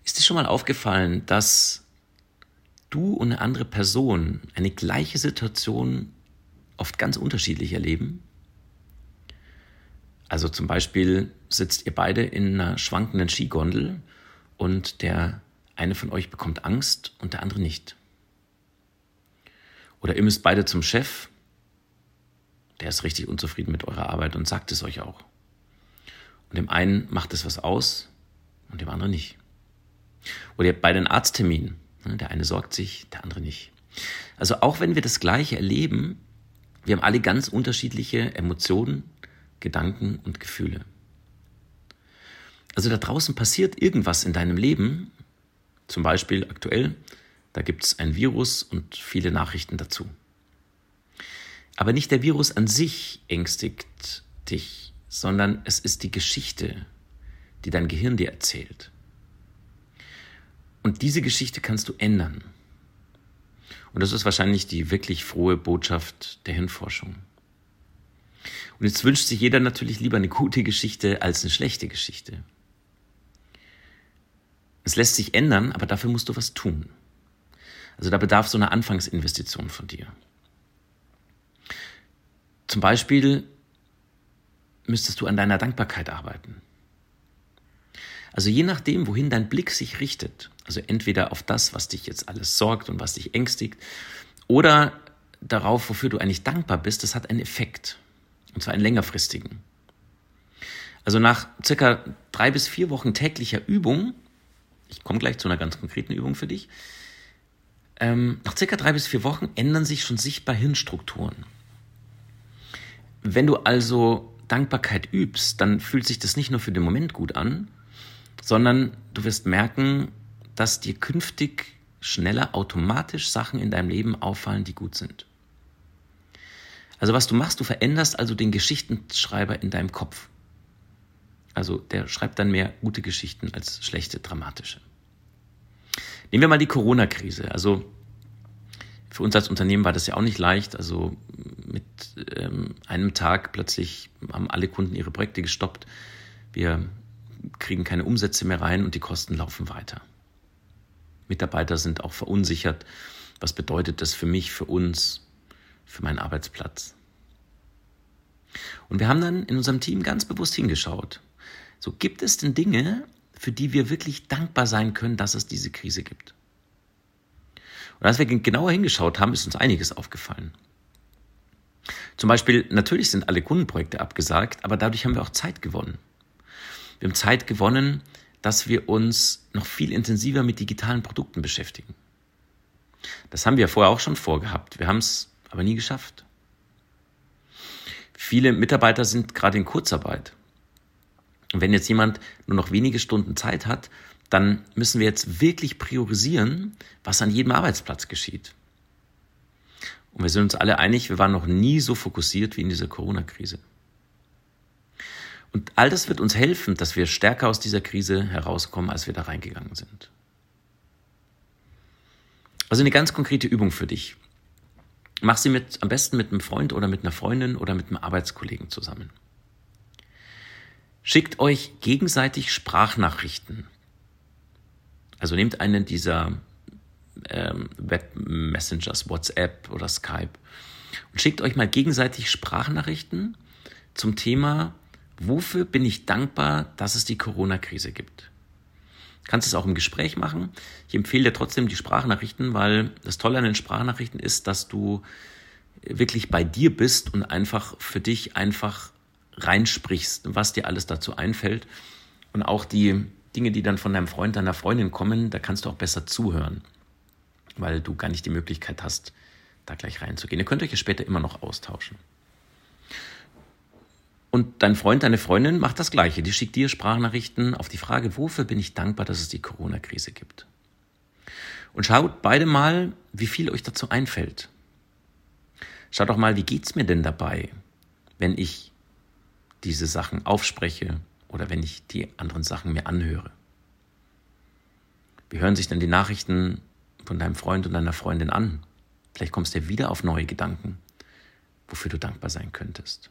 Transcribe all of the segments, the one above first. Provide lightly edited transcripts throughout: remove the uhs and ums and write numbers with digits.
Ist dir schon mal aufgefallen, dass du und eine andere Person eine gleiche Situation oft ganz unterschiedlich erleben? Also zum Beispiel sitzt ihr beide in einer schwankenden Skigondel und der eine von euch bekommt Angst und der andere nicht. Oder ihr müsst beide zum Chef, der ist richtig unzufrieden mit eurer Arbeit und sagt es euch auch. Und dem einen macht es was aus und dem anderen nicht. Oder ihr habt beide einen Arzttermin. Der eine sorgt sich, der andere nicht. Also auch wenn wir das Gleiche erleben, wir haben alle ganz unterschiedliche Emotionen, Gedanken und Gefühle. Also da draußen passiert irgendwas in deinem Leben, zum Beispiel aktuell, da gibt es ein Virus und viele Nachrichten dazu. Aber nicht der Virus an sich ängstigt dich, sondern es ist die Geschichte, die dein Gehirn dir erzählt. Und diese Geschichte kannst du ändern. Und das ist wahrscheinlich die wirklich frohe Botschaft der Hirnforschung. Und jetzt wünscht sich jeder natürlich lieber eine gute Geschichte als eine schlechte Geschichte. Es lässt sich ändern, aber dafür musst du was tun. Also da bedarf so einer Anfangsinvestition von dir. Zum Beispiel müsstest du an deiner Dankbarkeit arbeiten. Also je nachdem, wohin dein Blick sich richtet, also entweder auf das, was dich jetzt alles sorgt und was dich ängstigt, oder darauf, wofür du eigentlich dankbar bist, das hat einen Effekt. Und zwar einen längerfristigen. Also nach circa 3 bis 4 Wochen täglicher Übung, ich komme gleich zu einer ganz konkreten Übung für dich, nach circa 3 bis 4 Wochen ändern sich schon sichtbar Hirnstrukturen. Wenn du also Dankbarkeit übst, dann fühlt sich das nicht nur für den Moment gut an, sondern du wirst merken, dass dir künftig schneller automatisch Sachen in deinem Leben auffallen, die gut sind. Also was du machst, du veränderst also den Geschichtenschreiber in deinem Kopf. Also der schreibt dann mehr gute Geschichten als schlechte, dramatische. Nehmen wir mal die Corona-Krise. Also für uns als Unternehmen war das ja auch nicht leicht. Also mit einem Tag plötzlich haben alle Kunden ihre Projekte gestoppt. Wir kriegen keine Umsätze mehr rein und die Kosten laufen weiter. Mitarbeiter sind auch verunsichert. Was bedeutet das für mich, für uns, für meinen Arbeitsplatz? Und wir haben dann in unserem Team ganz bewusst hingeschaut. So, gibt es denn Dinge, für die wir wirklich dankbar sein können, dass es diese Krise gibt? Und als wir genauer hingeschaut haben, ist uns einiges aufgefallen. Zum Beispiel, natürlich sind alle Kundenprojekte abgesagt, aber dadurch haben wir auch Zeit gewonnen. Wir haben Zeit gewonnen, dass wir uns noch viel intensiver mit digitalen Produkten beschäftigen. Das haben wir vorher auch schon vorgehabt. Wir haben es aber nie geschafft. Viele Mitarbeiter sind gerade in Kurzarbeit. Und wenn jetzt jemand nur noch wenige Stunden Zeit hat, dann müssen wir jetzt wirklich priorisieren, was an jedem Arbeitsplatz geschieht. Und wir sind uns alle einig, wir waren noch nie so fokussiert wie in dieser Corona-Krise. Und all das wird uns helfen, dass wir stärker aus dieser Krise herauskommen, als wir da reingegangen sind. Also eine ganz konkrete Übung für dich. Mach sie am besten mit einem Freund oder mit einer Freundin oder mit einem Arbeitskollegen zusammen. Schickt euch gegenseitig Sprachnachrichten. Also nehmt einen dieser Web-Messengers, WhatsApp oder Skype und schickt euch mal gegenseitig Sprachnachrichten zum Thema, wofür bin ich dankbar, dass es die Corona-Krise gibt. Du kannst es auch im Gespräch machen. Ich empfehle dir trotzdem die Sprachnachrichten, weil das Tolle an den Sprachnachrichten ist, dass du wirklich bei dir bist und einfach für dich einfach reinsprichst, was dir alles dazu einfällt. Und auch die Dinge, die dann von deinem Freund, deiner Freundin kommen, da kannst du auch besser zuhören, weil du gar nicht die Möglichkeit hast, da gleich reinzugehen. Ihr könnt euch ja später immer noch austauschen. Und dein Freund, deine Freundin macht das Gleiche. Die schickt dir Sprachnachrichten auf die Frage, wofür bin ich dankbar, dass es die Corona-Krise gibt. Und schaut beide mal, wie viel euch dazu einfällt. Schaut auch mal, wie geht's mir denn dabei, wenn ich diese Sachen aufspreche oder wenn ich die anderen Sachen mir anhöre. Wie hören sich denn die Nachrichten von deinem Freund und deiner Freundin an? Vielleicht kommst du wieder auf neue Gedanken, wofür du dankbar sein könntest.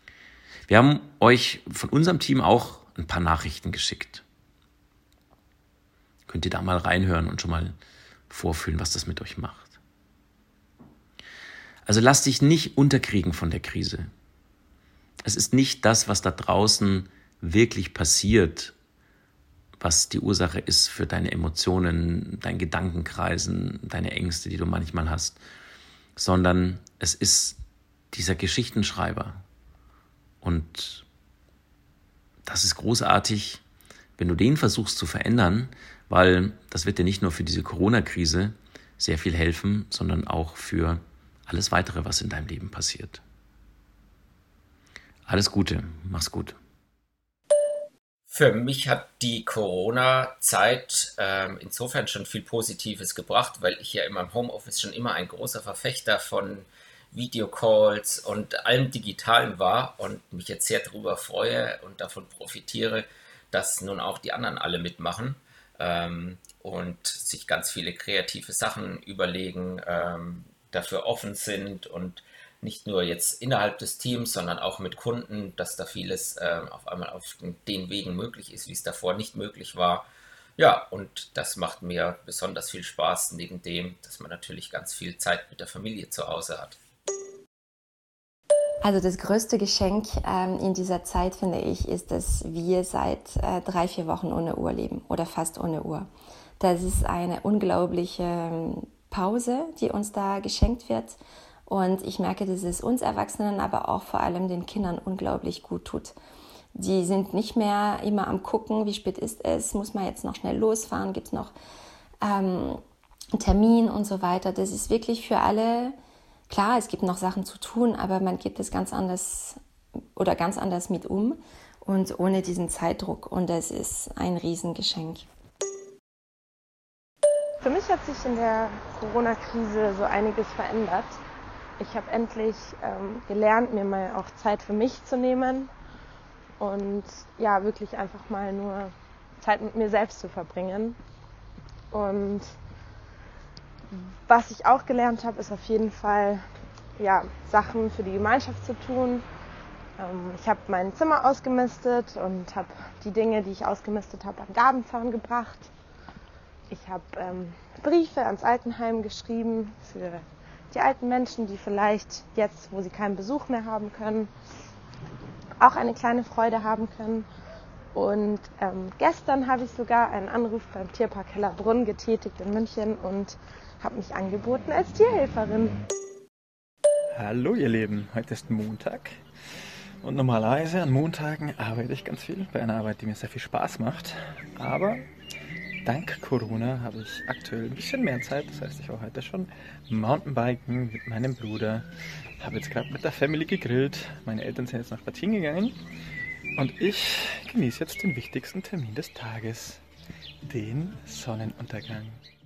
Wir haben euch von unserem Team auch ein paar Nachrichten geschickt. Könnt ihr da mal reinhören und schon mal vorfühlen, was das mit euch macht. Also lass dich nicht unterkriegen von der Krise. Es ist nicht das, was da draußen wirklich passiert, was die Ursache ist für deine Emotionen, dein Gedankenkreisen, deine Ängste, die du manchmal hast, sondern es ist dieser Geschichtenschreiber. Und das ist großartig, wenn du den versuchst zu verändern, weil das wird dir nicht nur für diese Corona-Krise sehr viel helfen, sondern auch für alles Weitere, was in deinem Leben passiert. Alles Gute, mach's gut. Für mich hat die Corona-Zeit insofern schon viel Positives gebracht, weil ich ja in meinem Homeoffice schon immer ein großer Verfechter von Videocalls und allem Digitalen war und mich jetzt sehr darüber freue und davon profitiere, dass nun auch die anderen alle mitmachen und sich ganz viele kreative Sachen überlegen, dafür offen sind und nicht nur jetzt innerhalb des Teams, sondern auch mit Kunden, dass da vieles auf einmal auf den Wegen möglich ist, wie es davor nicht möglich war. Ja, und das macht mir besonders viel Spaß, neben dem, dass man natürlich ganz viel Zeit mit der Familie zu Hause hat. Also das größte Geschenk in dieser Zeit, finde ich, ist, dass wir seit 3-4 Wochen ohne Uhr leben oder fast ohne Uhr. Das ist eine unglaubliche Pause, die uns da geschenkt wird. Und ich merke, dass es uns Erwachsenen, aber auch vor allem den Kindern unglaublich gut tut. Die sind nicht mehr immer am Gucken, wie spät ist es, muss man jetzt noch schnell losfahren, gibt es noch einen Termin und so weiter. Das ist wirklich für alle, klar, es gibt noch Sachen zu tun, aber man geht das ganz anders mit um und ohne diesen Zeitdruck. Und das ist ein Riesengeschenk. Für mich hat sich in der Corona-Krise so einiges verändert. Ich habe endlich gelernt, mir mal auch Zeit für mich zu nehmen und ja, wirklich einfach mal nur Zeit mit mir selbst zu verbringen. Und was ich auch gelernt habe, ist auf jeden Fall ja, Sachen für die Gemeinschaft zu tun. Ich habe mein Zimmer ausgemistet und habe die Dinge, die ich ausgemistet habe, an Gabenzaun gebracht. Ich habe Briefe ans Altenheim geschrieben für die alten Menschen, die vielleicht jetzt, wo sie keinen Besuch mehr haben können, auch eine kleine Freude haben können. Und gestern habe ich sogar einen Anruf beim Tierpark Hellerbrunn getätigt in München und habe mich angeboten als Tierhelferin. Hallo ihr Lieben, heute ist Montag und normalerweise an Montagen arbeite ich ganz viel bei einer Arbeit, die mir sehr viel Spaß macht, aber dank Corona habe ich aktuell ein bisschen mehr Zeit, das heißt, ich war heute schon Mountainbiken mit meinem Bruder, habe jetzt gerade mit der Family gegrillt, meine Eltern sind jetzt noch spazieren gegangen und ich genieße jetzt den wichtigsten Termin des Tages, den Sonnenuntergang.